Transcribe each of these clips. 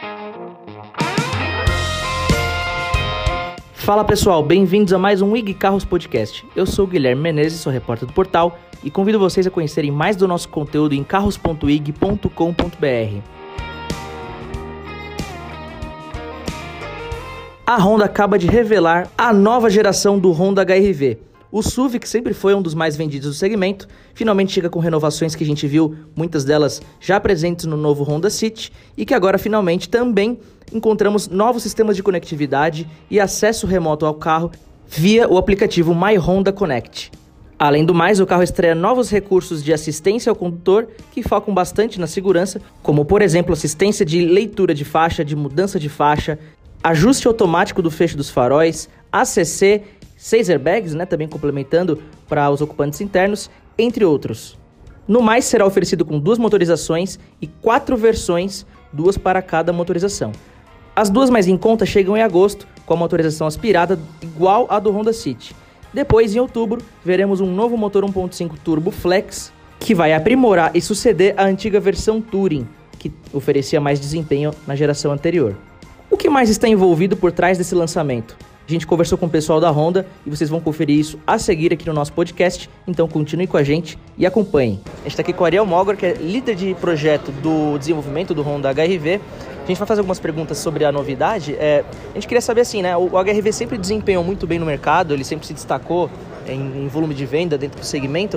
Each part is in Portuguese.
Fala pessoal, bem-vindos a mais um IG Carros Podcast. Eu sou o Guilherme Menezes, sou repórter do portal e convido vocês a conhecerem mais do nosso conteúdo em carros.ig.com.br. A Honda acaba de revelar a nova geração do Honda HR-V. O SUV, que sempre foi um dos mais vendidos do segmento, finalmente chega com renovações que a gente viu, muitas delas já presentes no novo Honda City, e que agora finalmente também encontramos novos sistemas de conectividade e acesso remoto ao carro via o aplicativo My Honda Connect. Além do mais, o carro estreia novos recursos de assistência ao condutor que focam bastante na segurança, como por exemplo assistência de leitura de faixa, de mudança de faixa, ajuste automático do fecho dos faróis, ACC, 6 airbags, também complementando para os ocupantes internos, entre outros. No mais, será oferecido com 2 motorizações e 4 versões, 2 para cada motorização. As 2 mais em conta chegam em agosto, com a motorização aspirada igual à do Honda City. Depois, em outubro, veremos um novo motor 1.5 Turbo Flex, que vai aprimorar e suceder a antiga versão Touring, que oferecia mais desempenho na geração anterior. O que mais está envolvido por trás desse lançamento? A gente conversou com o pessoal da Honda e vocês vão conferir isso a seguir aqui no nosso podcast, então continue com a gente e acompanhem. A gente está aqui com o Ariel Mogor, que é líder de projeto do desenvolvimento do Honda HR-V. A gente vai fazer algumas perguntas sobre a novidade. A gente queria saber assim, o HR-V sempre desempenhou muito bem no mercado, ele sempre se destacou em volume de venda dentro do segmento.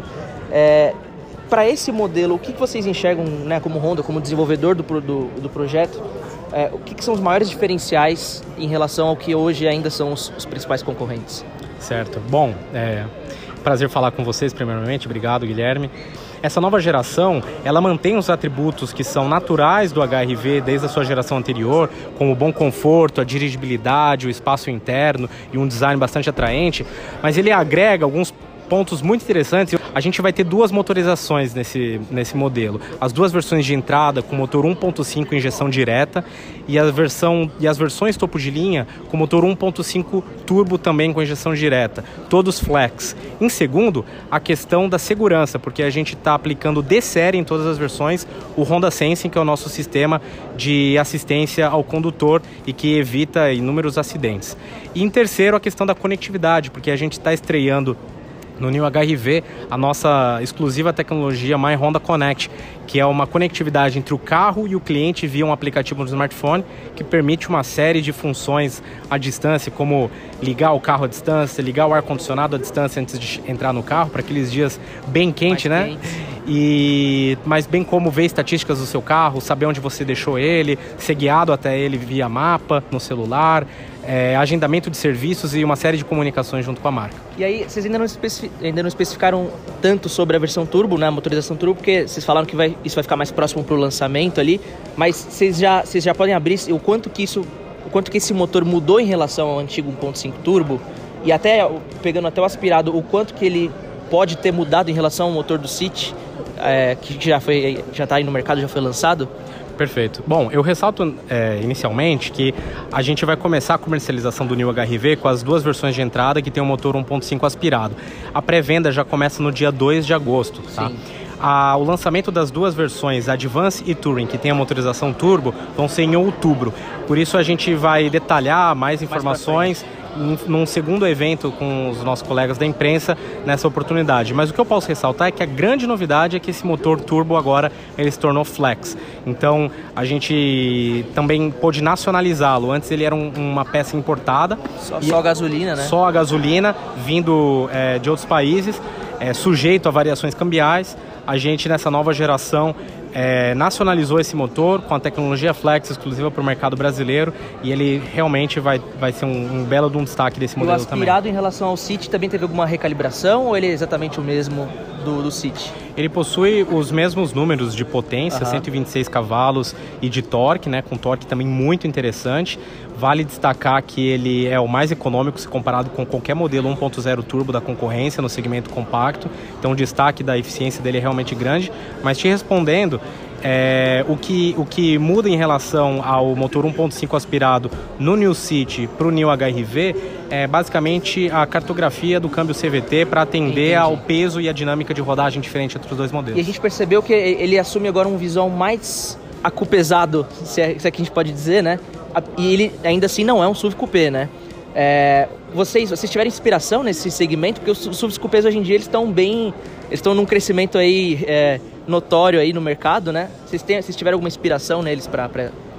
Para esse modelo, o que vocês enxergam como Honda, como desenvolvedor do projeto? O que são os maiores diferenciais em relação ao que hoje ainda são os principais concorrentes? Certo. Bom, prazer falar com vocês primeiramente. Obrigado, Guilherme. Essa nova geração, ela mantém os atributos que são naturais do HR-V desde a sua geração anterior, como o bom conforto, a dirigibilidade, o espaço interno e um design bastante atraente, mas ele agrega alguns pontos muito interessantes. A gente vai ter 2 motorizações nesse modelo. As 2 versões de entrada com motor 1.5 injeção direta e as versões topo de linha com motor 1.5 turbo também com injeção direta. Todos flex. Em segundo, a questão da segurança, porque a gente está aplicando D-Série em todas as versões o Honda Sensing, que é o nosso sistema de assistência ao condutor e que evita inúmeros acidentes. E em terceiro, a questão da conectividade, porque a gente está estreando no New HR-V, a nossa exclusiva tecnologia My Honda Connect, que é uma conectividade entre o carro e o cliente via um aplicativo no smartphone, que permite uma série de funções à distância, como ligar o carro à distância, ligar o ar-condicionado à distância antes de entrar no carro, para aqueles dias bem quente, Mas bem como ver estatísticas do seu carro, saber onde você deixou ele, ser guiado até ele via mapa, no celular, agendamento de serviços e uma série de comunicações junto com a marca. E aí, vocês ainda não especificaram tanto sobre a versão turbo, a motorização turbo, porque vocês falaram que isso vai ficar mais próximo para o lançamento ali, mas vocês já podem abrir o quanto que esse motor mudou em relação ao antigo 1.5 turbo e até, pegando até o aspirado, o quanto que ele pode ter mudado em relação ao motor do City, que já está aí no mercado, já foi lançado? Perfeito. Bom, eu ressalto inicialmente que a gente vai começar a comercialização do New HR-V com as 2 versões de entrada que tem o motor 1.5 aspirado. A pré-venda já começa no dia 2 de agosto, tá? O lançamento das 2 versões, Advance e Touring, que tem a motorização turbo, vão ser em outubro. Por isso a gente vai detalhar mais informações num segundo evento com os nossos colegas da imprensa nessa oportunidade. Mas o que eu posso ressaltar é que a grande novidade é que esse motor turbo agora ele se tornou flex. Então a gente também pôde nacionalizá-lo. Antes ele era uma peça importada. Só a gasolina, Só a gasolina, vindo de outros países, sujeito a variações cambiais. A gente nessa nova geração nacionalizou esse motor com a tecnologia Flex exclusiva para o mercado brasileiro e ele realmente vai ser um belo de um destaque desse modelo também. O aspirado em relação ao City também teve alguma recalibração ou ele é exatamente o mesmo do City? Ele possui os mesmos números de potência, 126 cavalos e de torque, com torque também muito interessante. Vale destacar que ele é o mais econômico se comparado com qualquer modelo 1.0 turbo da concorrência no segmento compacto. Então o destaque da eficiência dele é realmente grande. Mas te respondendo, o que muda em relação ao motor 1.5 aspirado no New City para o New HR-V é basicamente a cartografia do câmbio CVT para atender ao peso e a dinâmica de rodagem diferente entre os dois modelos. E a gente percebeu que ele assume agora um visual mais acupesado, se é que a gente pode dizer, né? E ele ainda assim não é um SUV coupé, né? Vocês tiveram inspiração nesse segmento? Porque os SUVs coupés hoje em dia eles estão num crescimento aí notório aí no mercado, né? Vocês tiveram alguma inspiração neles para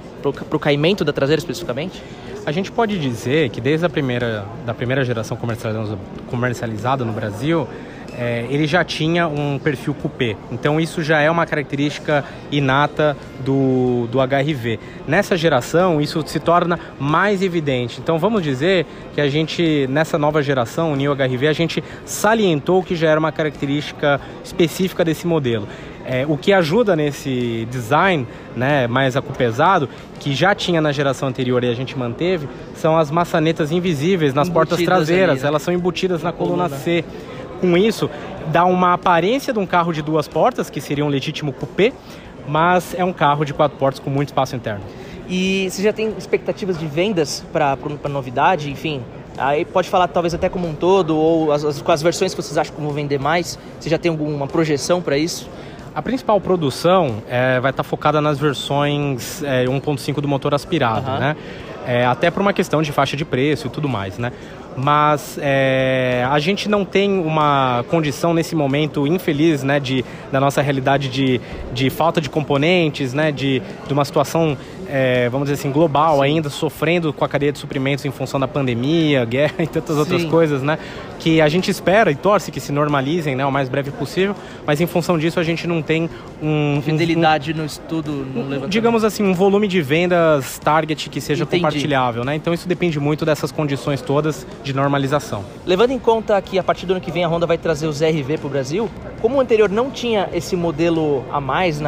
o caimento da traseira especificamente? A gente pode dizer que desde a primeira geração comercializada no Brasil, ele já tinha um perfil coupé. Então isso já é uma característica inata do HR-V. Nessa geração, isso se torna mais evidente. Então vamos dizer que a gente, nessa nova geração, o Neo HR-V, a gente salientou que já era uma característica específica desse modelo. O que ajuda nesse design, né, mais acupesado, que já tinha na geração anterior e a gente manteve, são as maçanetas invisíveis nas portas traseiras. Ali, né? Elas são embutidas na coluna C. Com isso, dá uma aparência de um carro de 2 portas, que seria um legítimo coupé, mas é um carro de 4 portas com muito espaço interno. E você já tem expectativas de vendas para novidade, enfim? Aí pode falar talvez até como um todo, ou com as versões que vocês acham que vão vender mais. Você já tem alguma projeção para isso? A principal produção vai estar focada nas versões 1.5 do motor aspirado, né? Até por uma questão de faixa de preço e tudo mais, né? Mas a gente não tem uma condição nesse momento infeliz, né, da nossa realidade de falta de componentes, né, de uma situação, vamos dizer assim, global. Sim. Ainda sofrendo com a cadeia de suprimentos em função da pandemia, guerra e tantas outras coisas, né, que a gente espera e torce que se normalizem, né, o mais breve possível, mas em função disso a gente não tem fidelidade no estudo, no levantamento. Digamos assim, um volume de vendas target que seja compartilhável, né? Então isso depende muito dessas condições todas de normalização. Levando em conta que a partir do ano que vem a Honda vai trazer os HR-V para o Brasil, como o anterior não tinha esse modelo a mais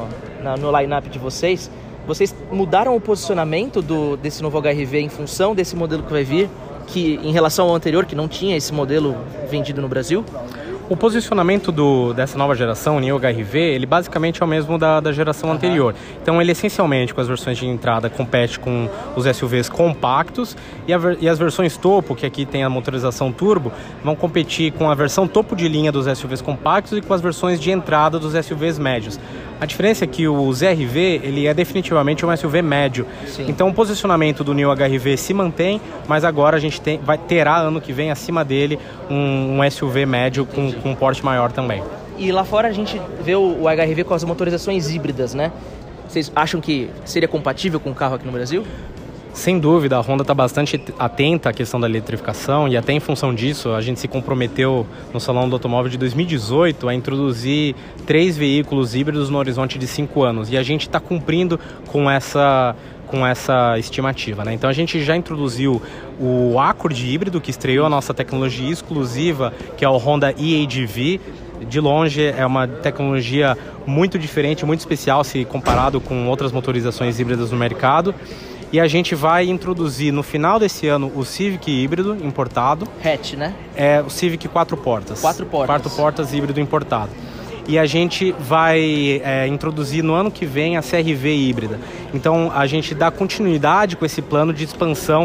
no line-up de vocês mudaram o posicionamento desse novo HR-V em função desse modelo que vai vir, que em relação ao anterior, que não tinha esse modelo vendido no Brasil? O posicionamento dessa nova geração, o Neo HR-V, ele basicamente é o mesmo da geração anterior. Então ele essencialmente, com as versões de entrada, compete com os SUVs compactos e as versões topo, que aqui tem a motorização turbo, vão competir com a versão topo de linha dos SUVs compactos e com as versões de entrada dos SUVs médios. A diferença é que o ZR-V, ele é definitivamente um SUV médio. Sim. Então o posicionamento do Neo HR-V se mantém, mas agora a gente terá ano que vem acima dele um SUV médio com um porte maior também. E lá fora a gente vê o HR-V com as motorizações híbridas, né? Vocês acham que seria compatível com o carro aqui no Brasil? Sem dúvida, a Honda está bastante atenta à questão da eletrificação e até em função disso a gente se comprometeu no Salão do Automóvel de 2018 a introduzir 3 veículos híbridos no horizonte de 5 anos e a gente está cumprindo com essa estimativa, né? Então a gente já introduziu o Accord híbrido, que estreou a nossa tecnologia exclusiva, que é o Honda e-HEV. De longe é uma tecnologia muito diferente, muito especial se comparado com outras motorizações híbridas no mercado. E a gente vai introduzir no final desse ano o Civic híbrido importado. Hatch, né? O Civic 4 portas. 4 portas. 4 portas híbrido importado. E a gente vai introduzir no ano que vem a CR-V híbrida. Então a gente dá continuidade com esse plano de expansão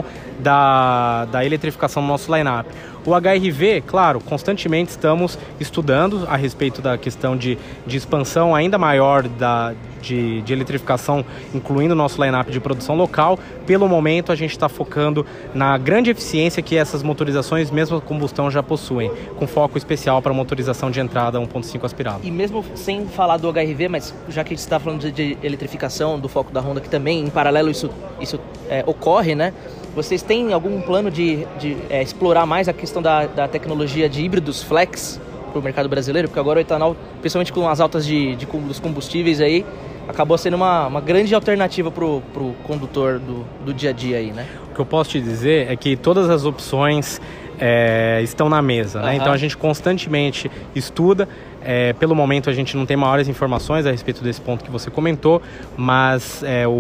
da eletrificação no nosso line-up. O HR-V, claro, constantemente estamos estudando a respeito da questão de expansão ainda maior de eletrificação, incluindo o nosso line-up de produção local. Pelo momento, a gente está focando na grande eficiência que essas motorizações, mesmo a combustão, já possuem, com foco especial para motorização de entrada 1.5 aspirado. E mesmo sem falar do HR-V, mas já que a gente está falando de eletrificação, do foco da Honda, que também, em paralelo, isso ocorre, né? Vocês têm algum plano de explorar mais a questão da tecnologia de híbridos flex para o mercado brasileiro? Porque agora o etanol, principalmente com as altas dos combustíveis aí, acabou sendo uma grande alternativa para o condutor do dia a dia aí, né? O que eu posso te dizer é que todas as opções estão na mesa, né? Então a gente constantemente estuda. Pelo momento a gente não tem maiores informações a respeito desse ponto que você comentou, mas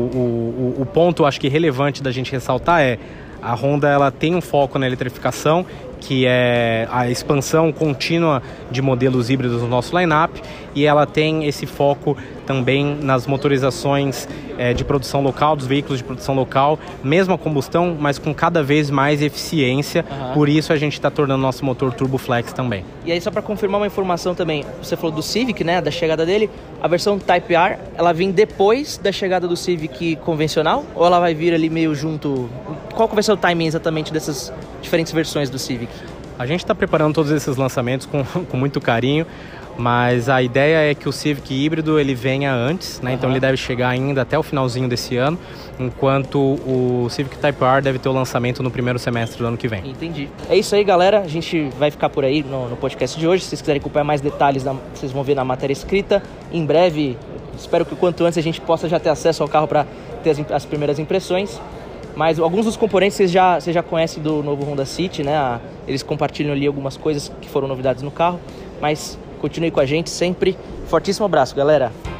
o ponto, acho que relevante da gente ressaltar a Honda ela tem um foco na eletrificação que é a expansão contínua de modelos híbridos no nosso line-up, e ela tem esse foco também nas motorizações de produção local, dos veículos de produção local, mesmo a combustão, mas com cada vez mais eficiência. Por isso a gente está tornando nosso motor Turbo Flex também. E aí, só para confirmar uma informação também, você falou do Civic, né, da chegada dele, a versão Type R, ela vem depois da chegada do Civic convencional, ou ela vai vir ali meio junto? Qual que vai ser o timing exatamente dessas diferentes versões do Civic? A gente está preparando todos esses lançamentos com muito carinho, mas a ideia é que o Civic híbrido ele venha antes, né? Então ele deve chegar ainda até o finalzinho desse ano, enquanto o Civic Type R deve ter o lançamento no primeiro semestre do ano que vem. Entendi. É isso aí, galera. A gente vai ficar por aí no podcast de hoje. Se vocês quiserem acompanhar mais detalhes, vocês vão ver na matéria escrita. Em breve, espero que o quanto antes a gente possa já ter acesso ao carro para ter as primeiras impressões. Mas alguns dos componentes vocês já conhecem do novo Honda City, né? Eles compartilham ali algumas coisas que foram novidades no carro. Mas continue com a gente sempre. Fortíssimo abraço, galera.